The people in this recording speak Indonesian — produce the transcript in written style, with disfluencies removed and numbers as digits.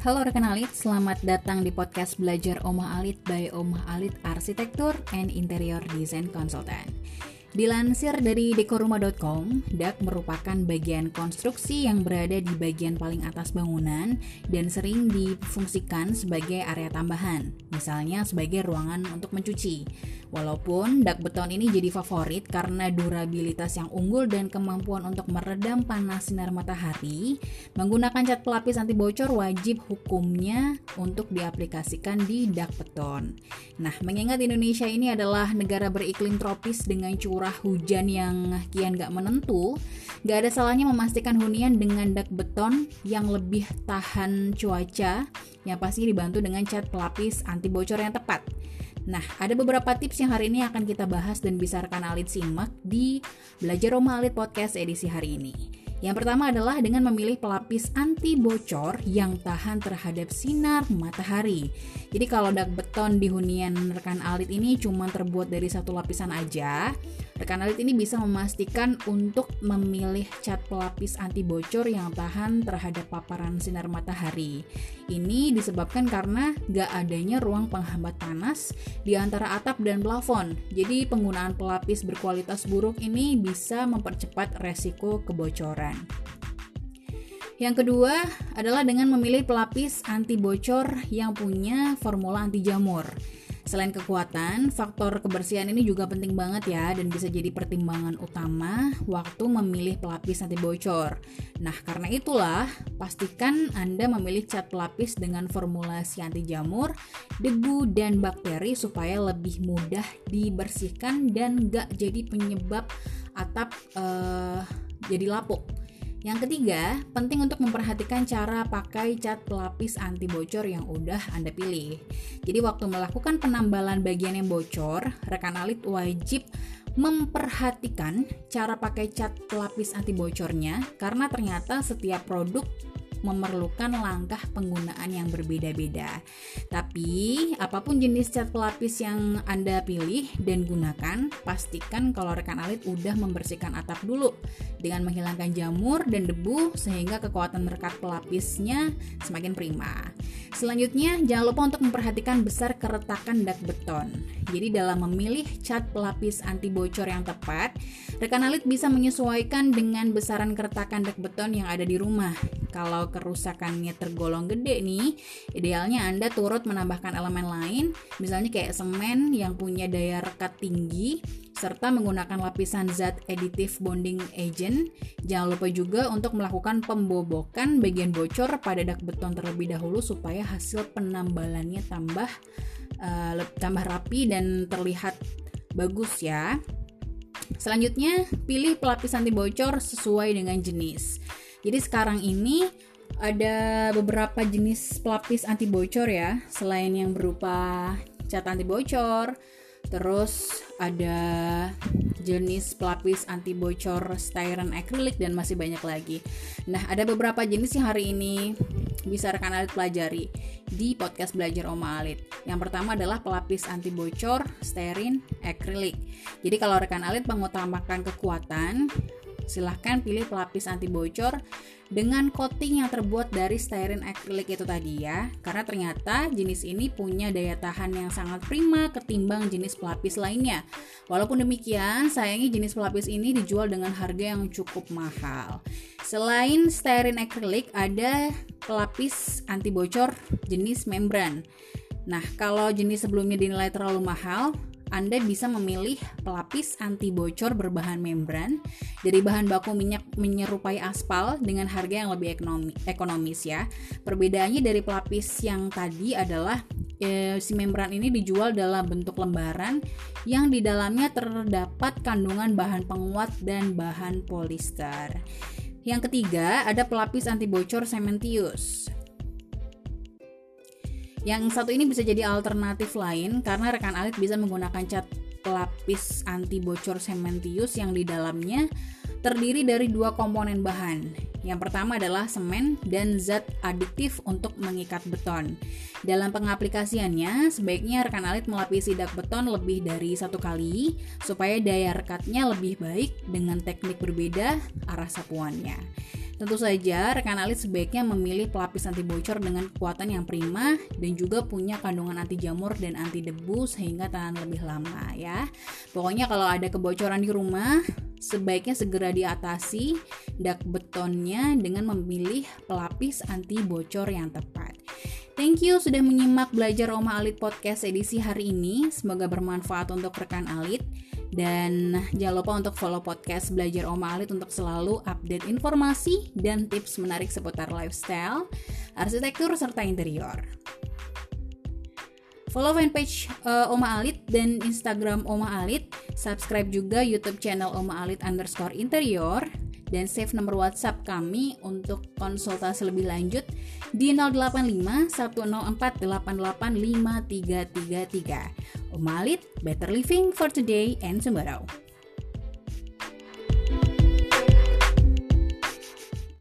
Halo rekan Alit, selamat datang di podcast Belajar Omah Alit by Omah Alit Arsitektur and Interior Design Consultant. Dilansir dari dekorumah.com, dak merupakan bagian konstruksi yang berada di bagian paling atas bangunan dan sering difungsikan sebagai area tambahan, misalnya sebagai ruangan untuk mencuci. Walaupun dak beton ini jadi favorit karena durabilitas yang unggul dan kemampuan untuk meredam panas sinar matahari, menggunakan cat pelapis anti bocor wajib hukumnya untuk diaplikasikan di dak beton. Nah, mengingat Indonesia ini adalah negara beriklim tropis dengan curah hujan yang kian gak menentu, gak ada salahnya memastikan hunian dengan dak beton yang lebih tahan cuaca, yang pasti dibantu dengan cat pelapis anti bocor yang tepat. Nah, ada beberapa tips yang hari ini akan kita bahas dan bisa rekan Alit simak di Belajar Omah Alit Podcast edisi hari ini. Yang pertama adalah dengan memilih pelapis anti bocor yang tahan terhadap sinar matahari. Jadi kalau dak beton di hunian rekan Alit ini cuma terbuat dari satu lapisan aja, rekan Alit ini bisa memastikan untuk memilih cat pelapis anti bocor yang tahan terhadap paparan sinar matahari. Ini disebabkan karena gak adanya ruang penghambat panas di antara atap dan plafon. Jadi penggunaan pelapis berkualitas buruk ini bisa mempercepat resiko kebocoran. Yang kedua adalah dengan memilih pelapis anti bocor yang punya formula anti jamur. Selain kekuatan, faktor kebersihan ini juga penting banget ya dan bisa jadi pertimbangan utama waktu memilih pelapis anti bocor. Nah, karena itulah pastikan Anda memilih cat pelapis dengan formulasi anti jamur, debu, dan bakteri supaya lebih mudah dibersihkan dan gak jadi penyebab atap jadi lapuk. Yang ketiga, penting untuk memperhatikan cara pakai cat pelapis anti bocor yang udah Anda pilih. Jadi waktu melakukan penambalan bagian yang bocor, rekan Alit wajib memperhatikan cara pakai cat pelapis anti bocornya karena ternyata setiap produk memerlukan langkah penggunaan yang berbeda-beda. Tapi, apapun jenis cat pelapis yang Anda pilih dan gunakan, pastikan kalau rekan Alit udah membersihkan atap dulu dengan menghilangkan jamur dan debu sehingga kekuatan merekat pelapisnya semakin prima. Selanjutnya, jangan lupa untuk memperhatikan besar keretakan dak beton. Jadi dalam memilih cat pelapis anti bocor yang tepat, rekan Alit bisa menyesuaikan dengan besaran keretakan dak beton yang ada di rumah. Kalau kerusakannya tergolong gede nih, idealnya Anda turut menambahkan elemen lain, misalnya kayak semen yang punya daya rekat tinggi, serta menggunakan lapisan zat additive bonding agent. Jangan lupa juga untuk melakukan pembobokan bagian bocor pada dak beton terlebih dahulu supaya hasil penambalannya tambah rapi dan terlihat bagus ya. Selanjutnya, pilih pelapis anti bocor sesuai dengan jenis. Jadi sekarang ini ada beberapa jenis pelapis anti bocor ya, selain yang berupa cat anti bocor, terus ada jenis pelapis anti bocor styrene acrylic dan masih banyak lagi. Nah, ada beberapa jenis yang hari ini bisa rekan Alit pelajari di podcast Belajar Omah Alit. Yang pertama adalah pelapis anti bocor styrene acrylic. Jadi kalau rekan Alit mengutamakan kekuatan, silahkan pilih pelapis anti bocor dengan coating yang terbuat dari styrene acrylic itu tadi ya, karena ternyata jenis ini punya daya tahan yang sangat prima ketimbang jenis pelapis lainnya. Walaupun demikian, sayangnya jenis pelapis ini dijual dengan harga yang cukup mahal. Selain styrene acrylic, ada pelapis anti bocor jenis membran. Nah, kalau jenis sebelumnya dinilai terlalu mahal, Anda bisa memilih pelapis anti bocor berbahan membran dari bahan baku minyak menyerupai aspal dengan harga yang lebih ekonomis ya. Perbedaannya dari pelapis yang tadi adalah si membran ini dijual dalam bentuk lembaran yang di dalamnya terdapat kandungan bahan penguat dan bahan polister. Yang ketiga, ada pelapis anti bocor cementitious. Yang satu ini bisa jadi alternatif lain karena rekan Alit bisa menggunakan cat pelapis anti bocor cementitious yang di dalamnya terdiri dari dua komponen bahan. Yang pertama adalah semen dan zat adiktif untuk mengikat beton. Dalam pengaplikasiannya, sebaiknya rekan Alit melapisi dak beton lebih dari satu kali supaya daya rekatnya lebih baik dengan teknik berbeda arah sapuannya. Tentu saja rekan alit sebaiknya memilih pelapis anti bocor dengan kekuatan yang prima dan juga punya kandungan anti jamur dan anti debu sehingga tahan lebih lama ya. Pokoknya kalau ada kebocoran di rumah, sebaiknya segera diatasi dak betonnya dengan memilih pelapis anti bocor yang tepat. Thank you sudah menyimak Belajar Oma Alit Podcast edisi hari ini. Semoga bermanfaat untuk rekan alit. Dan jangan lupa untuk follow podcast Belajar Oma Alit untuk selalu update informasi dan tips menarik seputar lifestyle, arsitektur, serta interior. Follow fanpage Oma Alit dan Instagram Oma Alit. Subscribe juga YouTube channel Oma Alit _interior. Dan save nomor WhatsApp kami untuk konsultasi lebih lanjut di 085 104 88 5333. Oma Alit, better living for today and tomorrow.